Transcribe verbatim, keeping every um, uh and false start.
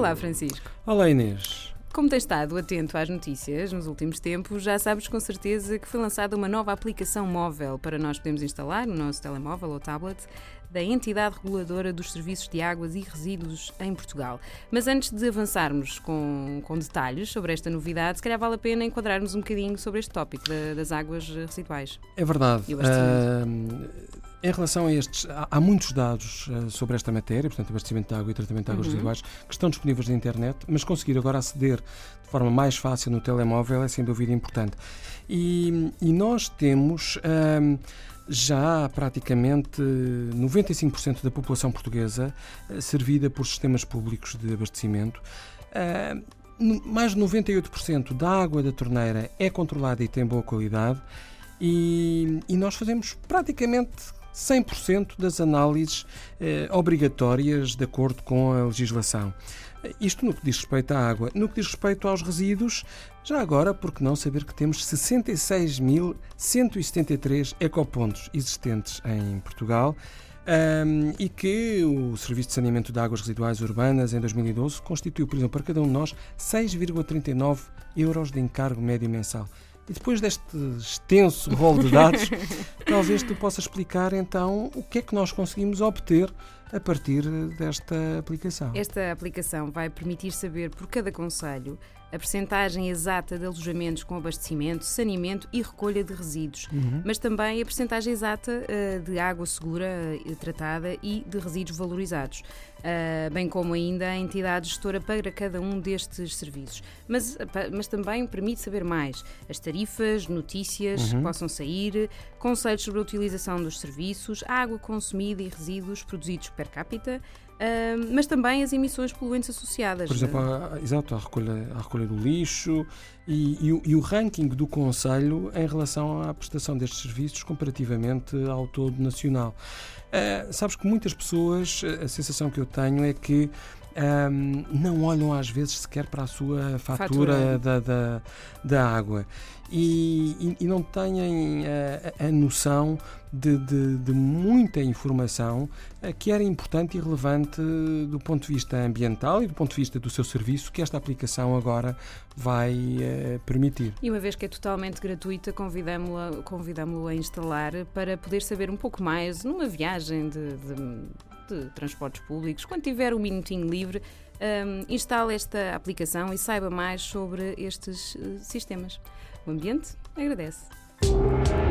Olá, Francisco. Olá, Inês. Como tens estado atento às notícias nos últimos tempos, já sabes com certeza que foi lançada uma nova aplicação móvel para nós podermos instalar no nosso telemóvel ou tablet da entidade reguladora dos serviços de águas e resíduos em Portugal. Mas antes de avançarmos com, com detalhes sobre esta novidade, se calhar vale a pena enquadrarmos um bocadinho sobre este tópico da, das águas residuais. É verdade. E o abastecimento. Uh, em relação a estes, há, há muitos dados uh, sobre esta matéria, portanto, abastecimento de água e tratamento de águas uhum. residuais, que estão disponíveis na internet, mas conseguir agora aceder de forma mais fácil no telemóvel é sem dúvida importante. E, e nós temos... Uh, já praticamente noventa e cinco por cento da população portuguesa servida por sistemas públicos de abastecimento. Mais de noventa e oito por cento da água da torneira é controlada e tem boa qualidade e, e nós fazemos praticamente cem por cento das análises eh, obrigatórias de acordo com a legislação. Isto no que diz respeito à água. No que diz respeito aos resíduos, já agora, por que não saber que temos sessenta e seis mil cento e setenta e três ecopontos existentes em Portugal um, e que o Serviço de Saneamento de Águas Residuais Urbanas, em dois mil e doze, constituiu, por exemplo, para cada um de nós, seis vírgula trinta e nove euros de encargo médio mensal. E depois deste extenso rol de dados, talvez tu possas explicar então o que é que nós conseguimos obter a partir desta aplicação. Esta aplicação vai permitir saber por cada concelho a percentagem exata de alojamentos com abastecimento, saneamento e recolha de resíduos, uhum. mas também a percentagem exata uh, de água segura uh, tratada e de resíduos valorizados, uh, bem como ainda a entidade gestora para cada um destes serviços. Mas, mas também permite saber mais as tarifas, notícias uhum. que possam sair, conselhos sobre a utilização dos serviços, água consumida e resíduos produzidos per capita, Uh, mas também as emissões poluentes associadas. Por exemplo, há, exato, a recolha, a recolha do lixo e, e, o, e o ranking do Conselho em relação à prestação destes serviços comparativamente ao todo nacional. Uh, sabes que muitas pessoas, a sensação que eu tenho é que Um, não olham às vezes sequer para a sua fatura, fatura. Da, da, da água e, e, e não têm a, a noção de, de, de muita informação que era importante e relevante do ponto de vista ambiental e do ponto de vista do seu serviço que esta aplicação agora vai uh, permitir. E uma vez que é totalmente gratuita, convidamo-lo convidamo-lo a instalar para poder saber um pouco mais numa viagem de, de de transportes públicos, quando tiver um minutinho livre, um, instale esta aplicação e saiba mais sobre estes uh, sistemas. O ambiente agradece.